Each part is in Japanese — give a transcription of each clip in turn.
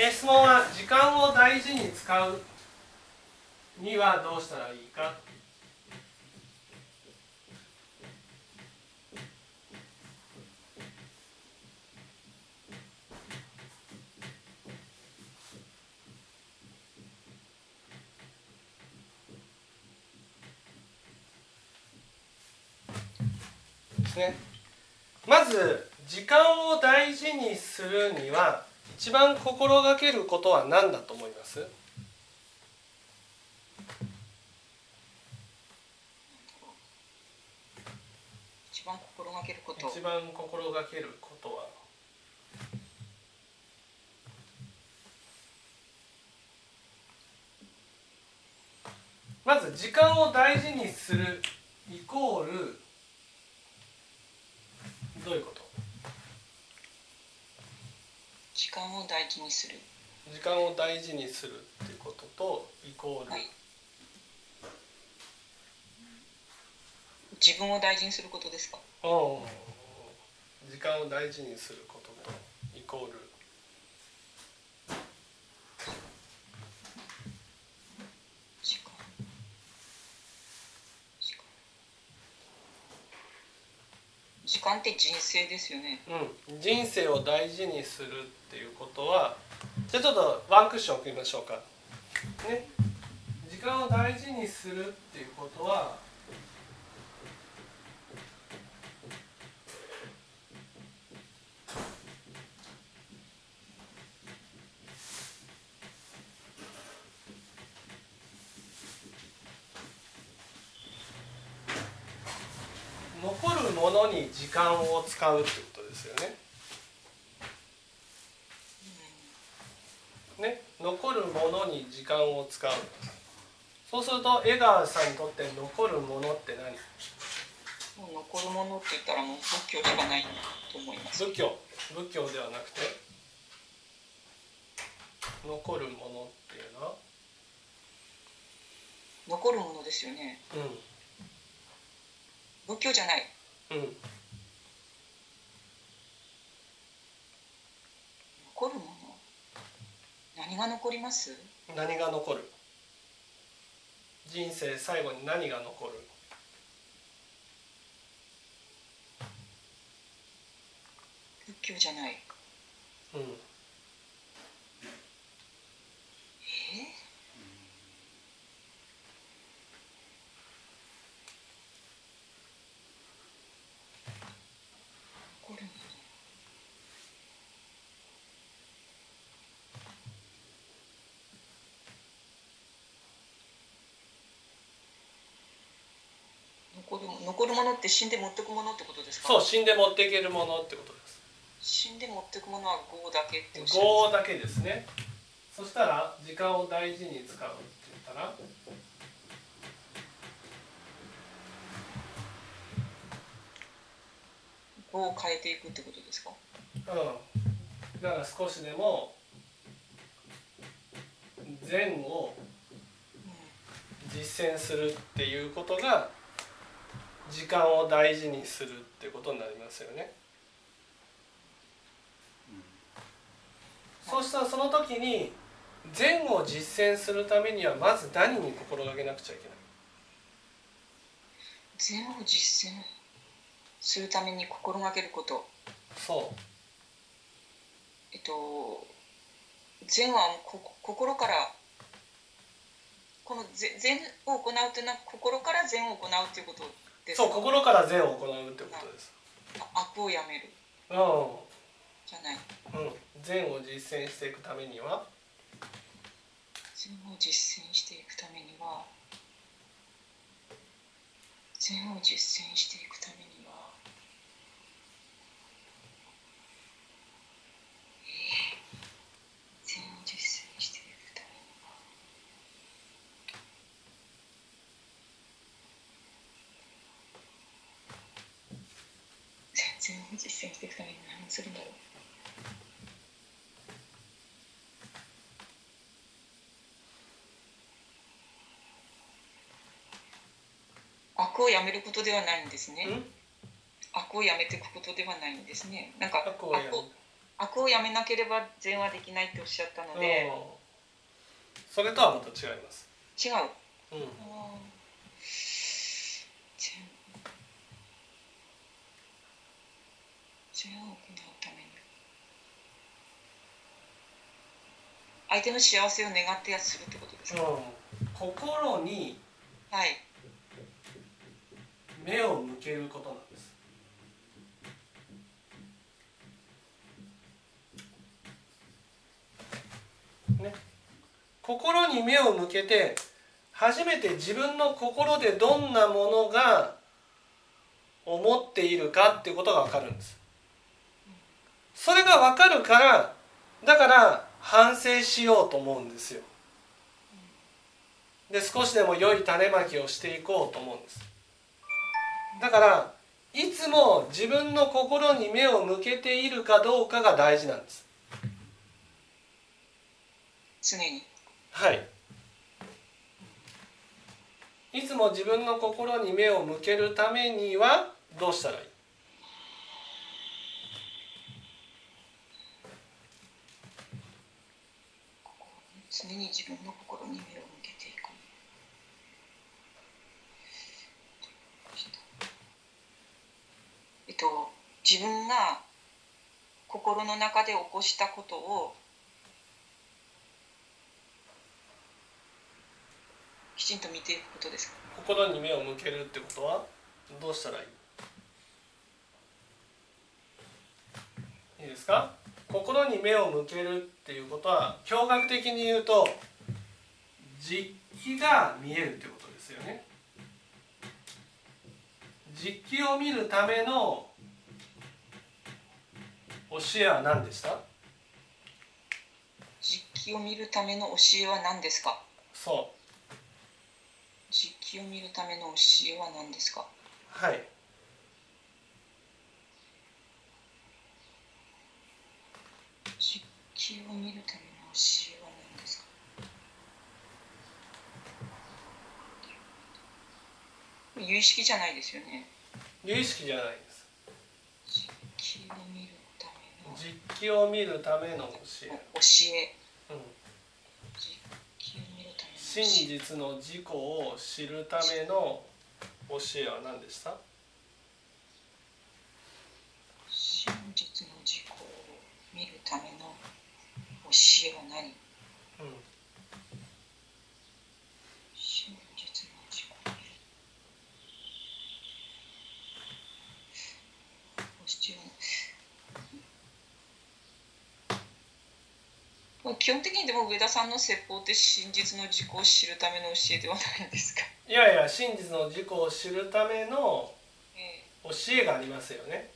質問は時間を大事に使うにはどうしたらいいか。ですね。まず時間を大事にするには一番心がけることは何だと思います？ 一番心がけること。 一番心がけることはまず時間を大事にするイコールどういうこと？ 時間を大事にする。 時間を大事にするっていうこととイコール、 はい、自分を大事にすることですか？ 時間を大事にすることとイコール時間って人生ですよね。 人生を大事にするっていうことは、じゃあちょっとワンクッション置きましょうか、ね、時間を大事にするっていうことは残るものに時間を使うってことですよね。残るものに時間を使う。そうすると江川さんにとって残るものって何？ もう残るものって言ったらもう仏教しかないと思います。 仏教ではなくて残るものっていうのは残るものですよね。仏教じゃない。残るもの、何が残ります？ 何が残る？人生最後に何が残る？ 仏教じゃない。残るもの。残るものって死んで持ってくものってことですか？ そう、死んで持っていけるものってことです。 死んで持ってくものは業だけっておっしゃるんですか？ 業だけですね。そしたら時間を大事に使うって言ったら業を変えていくってことですか？ だから少しでも善を実践するっていうことが時間を大事にするってことになりますよね。そうしたらその時に善を実践するためにはまず何に心がけなくちゃいけない？ 善を実践するために心がけること。 そう。 善は心から、この善を行うというのは心から善を行うということですか？ そう、心から善を行うってことです。 悪をやめる。じゃない。 善を実践していくためには善を実践していくためには善を実践していくためには善を実践していくためには善を実践していくために何をするんだろう。悪をやめることではないんですね。悪をやめていくことではないんですね。なんか悪悪をやめなければ善はできないっておっしゃったので、 それとはまた違います。 違う。善を行うために相手の幸せを願ってやするってことですか？ 心に目を向けることなんです。ね、心に目を向けて初めて自分の心でどんなものが思っているかっていうことが分かるんです。それが分かるからだから反省しようと思うんですよ。で少しでも良い種まきをしていこうと思うんです。だからいつも自分の心に目を向けているかどうかが大事なんです。 常に。 はい。いつも自分の心に目を向けるためにはどうしたらいい？ 常に自分の心に目を向けていく。自分が心の中で起こしたことをきちんと見ていくことですか？ 心に目を向けるってことはどうしたらいい？いいですか？心に目を向けるっていうことは教学的に言うと実機が見えるってことですよね。実機を見るための教えは何でした？ 実機を見るための教えは何ですか？ そう。 実機を見るための教えは何ですか？ はい。 実機を見るための教えは何ですか？有意識じゃないですよね。 有意識じゃないです。 実機を見るための実機を見るための教え。真実の自己を知るための教えは何でした？ 真実の自己を見るための教えは何？真実の自己を見る教えは基本的にでも上田さんの説法って真実の自己を知るための教えではないですか？ いやいや、真実の自己を知るための教えがありますよね。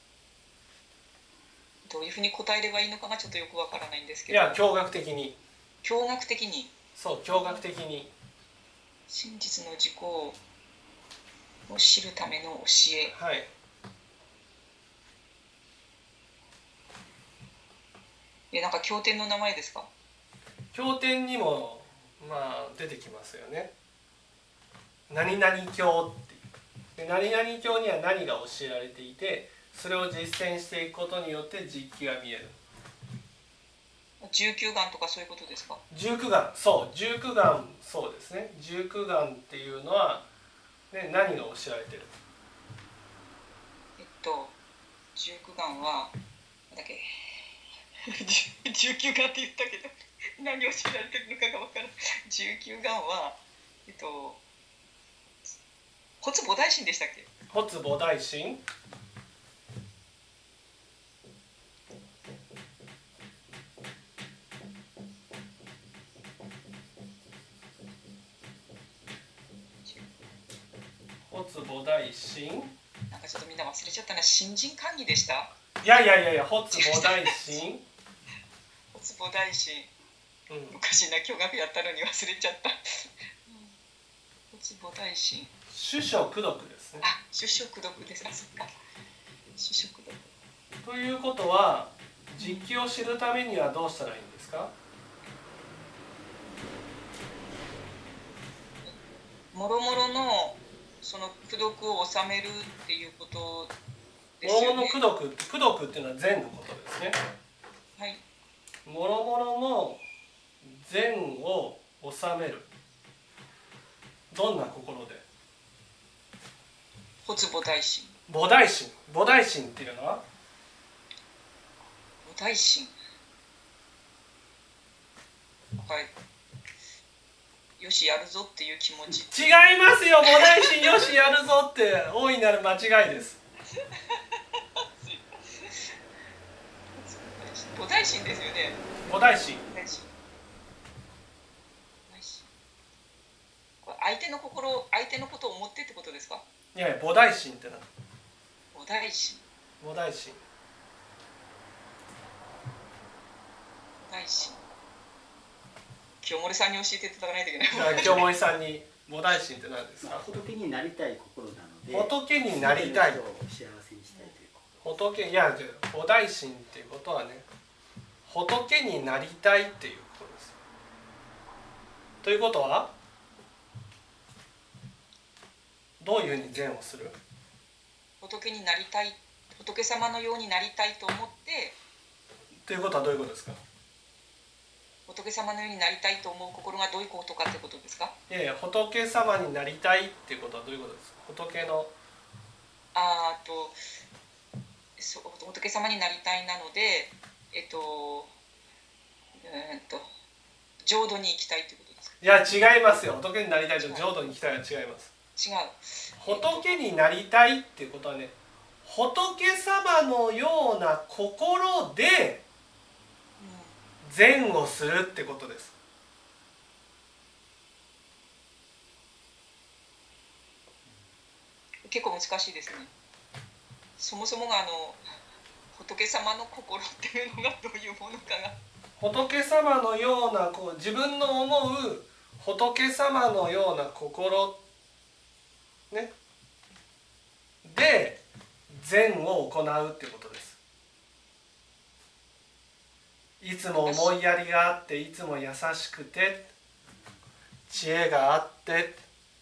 どういうふうに答えればいいのかがちょっとよくわからないんですけど。いや、教学的に。 教学的に。 そう、教学的に。 真実の自己を知るための教え。 はい。 なんか経典の名前ですか？ 経典にもまあ出てきますよね。何々経っていう。で何々経には何が教えられていて、それを実践していくことによって実機が見える。 19願とかそういうことですか ？19願、そう、19願、そうですね。19願っていうのは、ね、何が教えられてる ？19願は何だっけ19願って言ったけど何を教えられてるのかが分からない。19願は発菩提心でしたっけ？ 発菩提心。発菩提心。 なんかちょっとみんな忘れちゃったな。新人会議でした？ いや、発菩提心。 発菩提心。昔な教学やったのに忘れちゃった。発菩提心。 主書功徳ですね。 あ、主書功徳です。あ、そっか。主書功徳。ということは、実機を知るためにはどうしたらいいんですか？ もろもろのその功徳を収めるっていうことですよね。 もろもろの功徳っていうのは善のことですね。 はい。 もろもろの善を収める。どんな心で？ 発菩提心。 菩提心。菩提心っていうのは？ 菩提心。はい。よしやるぞっていう気持ち。 違いますよ。菩提心よしやるぞって大いなる間違いです。 菩提心ですよね。 菩提心。 菩提心。これ相手の心、相手のことを思ってってことですか？ いやいや、菩提心って何？ 菩提心。 菩提心。 菩提心。清盛さんに教えていただかないといけない。 じゃあ清盛さんに菩提心って何ですか？ 仏になりたい心なので、 仏になりたい。 人を幸せにしたいという仏、いや、菩提心っていうことはね、仏になりたいっていうことです。ということは、どういうふうに善をする？ 仏になりたい、仏様のようになりたいと思って、 ということはどういうことですか？ 仏様のようになりたいと思う心がどういうことかってことですか？ いやいや、仏様になりたいっていうことはどういうことですか？仏の仏様になりたいなので、浄土に行きたいということですか？ いや、違いますよ。仏になりたいと浄土に行きたいは違います。 違う。 仏になりたいっていうことはね、仏様のような心で善をするってことです。 結構難しいですね。そもそもが仏様の心っていうのがどういうものかが。 仏様のような自分の思う仏様のような心ねで善を行うっていうことです。いつも思いやりがあって、いつも優しくて、知恵があって、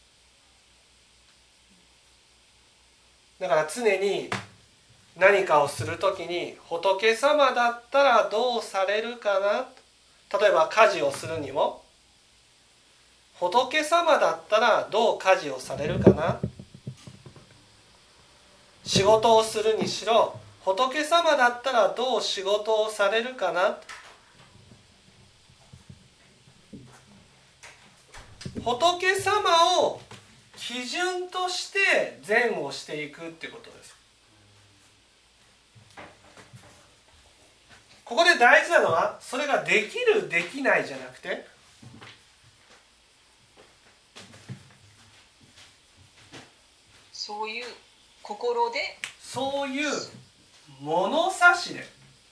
だから常に何かをするときに仏様だったらどうされるかな。例えば家事をするにも仏様だったらどう家事をされるかな。仕事をするにしろ仏様だったらどう仕事をされるかな。仏様を基準として善をしていくってことです。ここで大事なのはそれができるできないじゃなくて、 そういう心で、 そういう物差しで、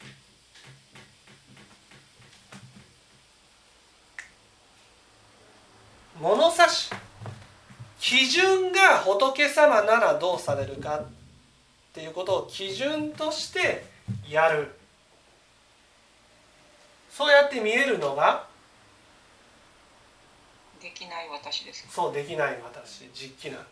物差し、基準が仏様ならどうされるかっていうことを基準としてやる。そうやって見えるのができない私です。 そう、できない私、実機なんです。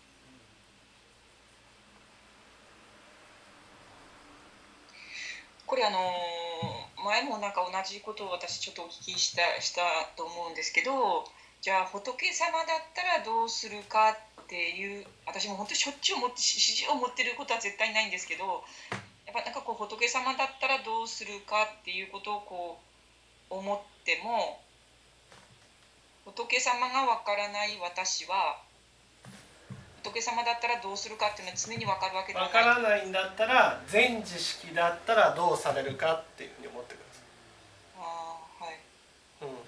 これ前もなんか同じことを私ちょっとお聞きしたと思うんですけど、じゃあ仏様だったらどうするかっていう、私も本当にしょっちゅう指示を持ってることは絶対ないんですけど、やっぱなんか仏様だったらどうするかっていうことを思っても、仏様がわからない私は仏様だったらどうするかっていうのは常にわかるわけではない。 わからないんだったら全知識だったらどうされるかっていうふうに思ってください。はい。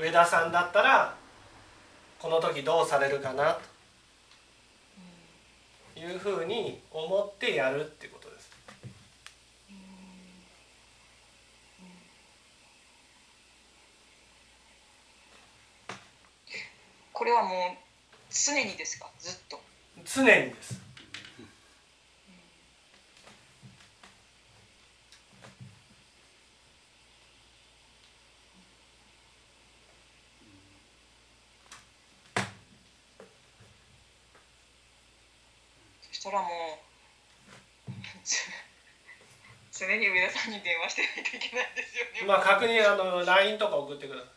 上田さんだったらこの時どうされるかなというふうに思ってやるっていうことです。 これはもう常にですか？ずっと？ 常にです。 そしたらもう常に上田さんに電話してないといけないんですよね。 まあ確認LINE とか送ってください。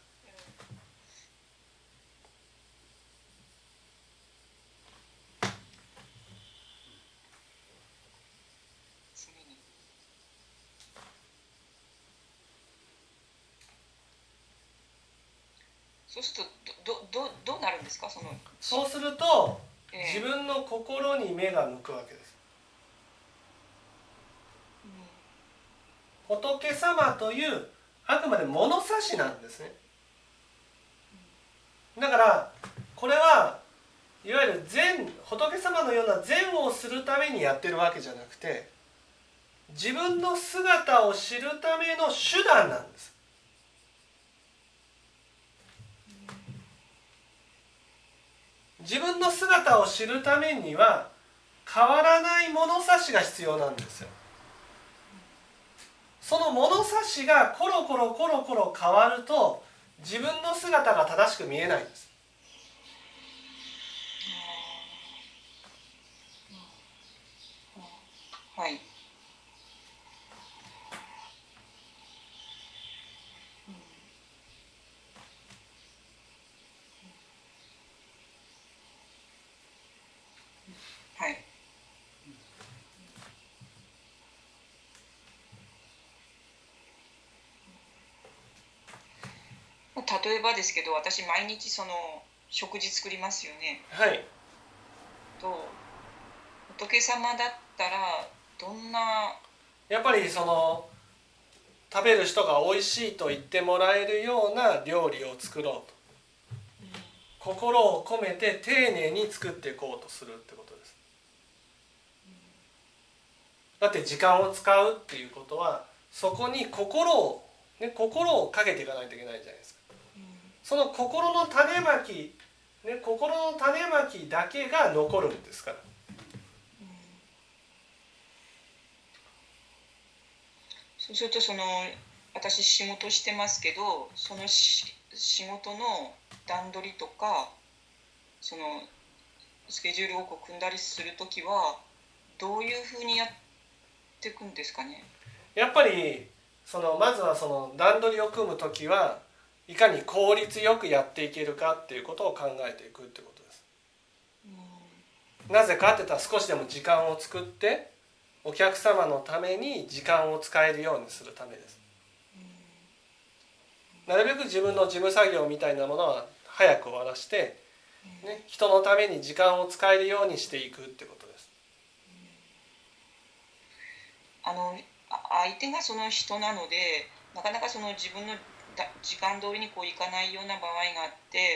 そうするとどうなるんですか？ そうすると、自分の心に目が向くわけです。仏様というあくまで物差しなんですね。だからこれはいわゆる仏様のような善をするためにやってるわけじゃなくて、自分の姿を知るための手段なんです。自分の姿を知るためには変わらない物差しが必要なんですよ。その物差しがコロコロ変わると自分の姿が正しく見えないんです。 はい。はい。例えばですけど、私毎日食事作りますよね。 はい。 仏様だったらどんな、 やっぱり食べる人が美味しいと言ってもらえるような料理を作ろうと、心を込めて丁寧に作っていこうとするってことです。だって時間を使うっていうことはそこに心をかけていかないといけないじゃないですか。その心の種まき、心の種まきだけが残るんですから。 そうすると私仕事してますけど、その仕事の段取りとかスケジュールを組んだりするときはどういうふうにやっていくんですかね。 やっぱりまずは段取りを組むときはいかに効率よくやっていけるかっていうことを考えていくってことです。なぜかって言ったら少しでも時間を作ってお客様のために時間を使えるようにするためです。なるべく自分の事務作業みたいなものは早く終わらして、人のために時間を使えるようにしていくってことです。 相手がその人なので、なかなか自分の時間通りにいかないような場合があって、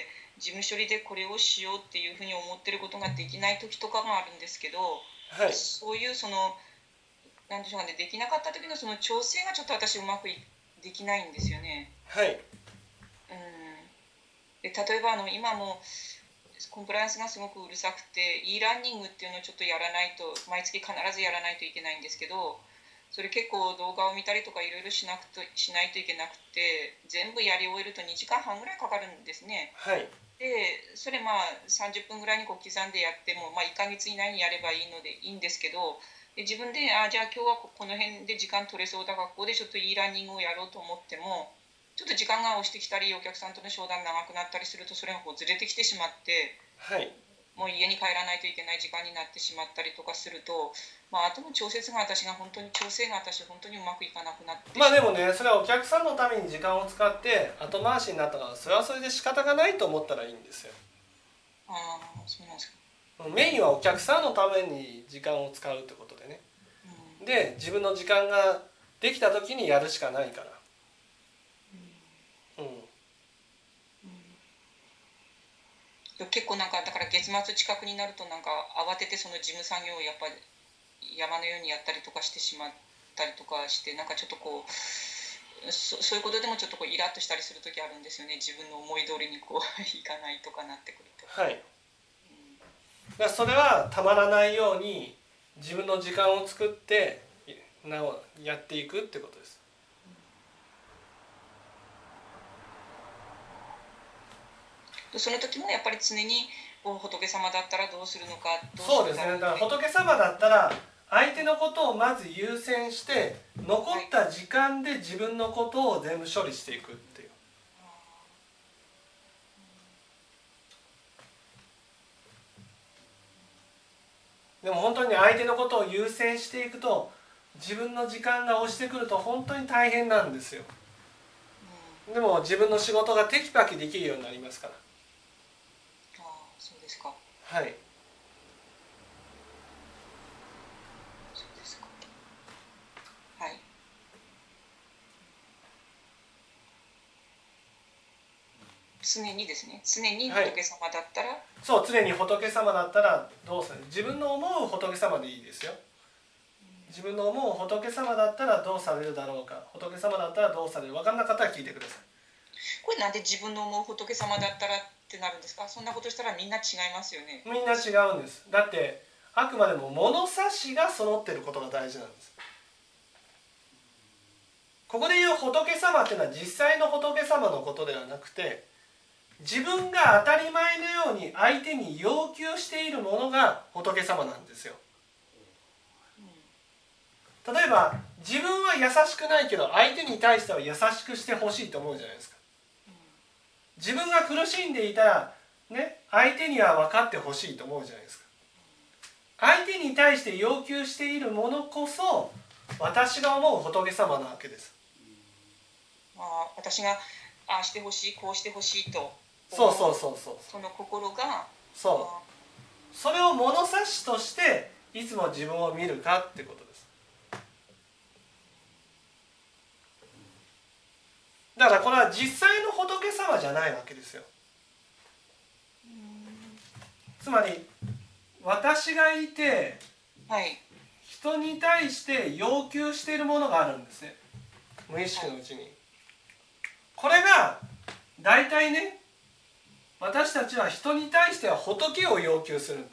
事務処理でこれをしようっていうふうに思ってることができない時とかがあるんですけど、 はい、 そういうなんでしょうかね、できなかった時の調整がちょっと私うまくできないんですよね。 はい。 で例えば今もコンプライアンスがすごくうるさくて e ラーニングっていうのをちょっとやらないと、毎月必ずやらないといけないんですけど、それ結構動画を見たりとかいろいろしないといけなくて、全部やり終えると2時間半ぐらいかかるんですね。 はい。 でそれ30分ぐらいに刻んでやっても、1ヶ月以内にやればいいのでいいんですけど、で自分でじゃあ今日はこの辺で時間取れそうだからここでちょっと e ラーニングをやろうと思っても、ちょっと時間が押してきたりお客さんとの商談長くなったりすると、それがずれてきてしまって、 はい、 もう家に帰らないといけない時間になってしまったりとかすると、後の調整が私本当にうまくいかなくなってでもね、それはお客さんのために時間を使って後回しになったから、それはそれで仕方がないと思ったらいいんですよ。 そうなんですか。 メインはお客さんのために時間を使うってことでね、で自分の時間ができた時にやるしかないから。 結構だから月末近くになると慌ててその事務作業をやっぱり山のようにやったりとかしてしまったりとかして、ちょっとそういうことでもちょっとイラッとしたりする時あるんですよね。自分の思い通りにいかないとかなってくると。 はい。だからそれはたまらないように自分の時間を作ってやっていくってことです。 その時もやっぱり常に仏様だったらどうするのか、 そうですね。だから仏様だったら相手のことをまず優先して、 残った時間で自分のことを全部処理していくっていう。でも本当に相手のことを優先していくと自分の時間が押してくると本当に大変なんですよ。でも自分の仕事がテキパキできるようになりますから。 ああ、そうですか。 はい。 そうですか。はい。常にですね。常に仏様だったら、はい、 そう、常に仏様だったらどうする？自分の思う仏様でいいですよ。自分の思う仏様だったらどうされるだろうか、仏様だったらどうされる、分かんなかったら聞いてください。 これなんで自分の思う仏様だったらってなるんですか？そんなことしたらみんな違いますよね。 みんな違うんです。だってあくまでも物差しが揃っていることが大事なんです。ここで言う仏様っていうのは実際の仏様のことではなくて、自分が当たり前のように相手に要求しているものが仏様なんですよ。例えば自分は優しくないけど相手に対しては優しくしてほしいと思うじゃないですか。自分が苦しんでいたらね、相手には分かってほしいと思うじゃないですか。相手に対して要求しているものこそ私が思う仏様なわけです。 私がああしてほしい、こうしてほしいと、 そうその心が、 それを物差しとしていつも自分を見るかってことです。だからこれは実際の仏様じゃないわけですよ。つまり私がいて、 はい、 人に対して要求しているものがあるんですね、無意識のうちに。これが大体ね、私たちは人に対しては仏を要求するんです。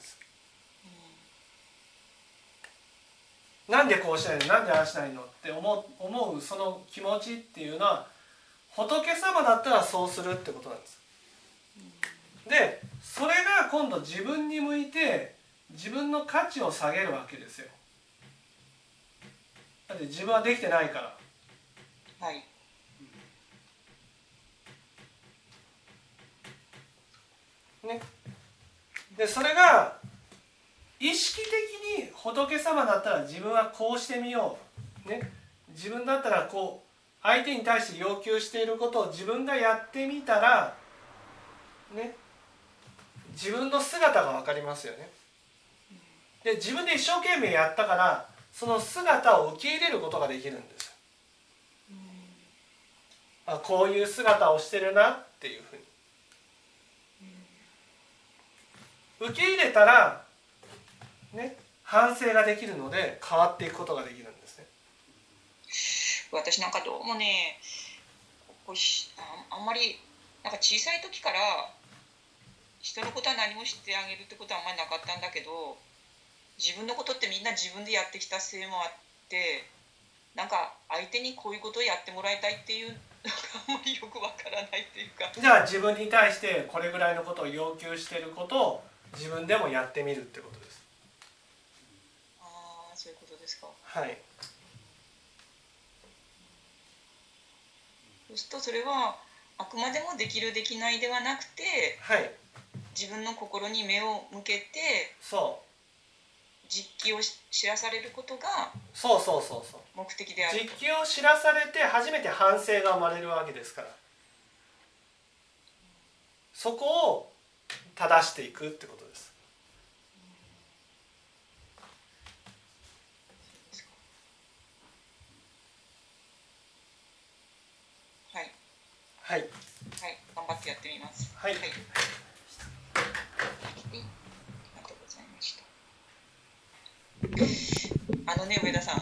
なんでこうしないの、なんでああしないのって思うその気持ちっていうのは仏様だったらそうするってことなんです。でそれが今度自分に向いて自分の価値を下げるわけですよ。だって自分はできてないから。 はい。 ね、でそれが意識的に仏様だったら自分はこうしてみよう、ね、自分だったらこう相手に対して要求していることを自分がやってみたら、ね、自分の姿が分かりますよね。で自分で一生懸命やったからその姿を受け入れることができるんです。あ、こういう姿をしてるなっていうふうに受け入れたら、ね、反省ができるので変わっていくことができるんですね。 私なんかどうもね、あんまりなんか小さい時から人のことは何も知ってあげるってことはあんまりなかったんだけど、自分のことってみんな自分でやってきたせいもあって、なんか相手にこういうことをやってもらいたいっていうなんかあんまりよくわからないっていうか。 じゃあ自分に対してこれぐらいのことを要求していることを自分でもやってみるってことです。 ああ、そういうことですか。 はい。 そうするとそれはあくまでもできるできないではなくて、 はい、 自分の心に目を向けて、実機を知らされることが目的であると。 実機を知らされて初めて反省が生まれるわけですから、そこを正していくってことです。 はい、 はい、 はい、頑張ってやってみます。 はい、 はい。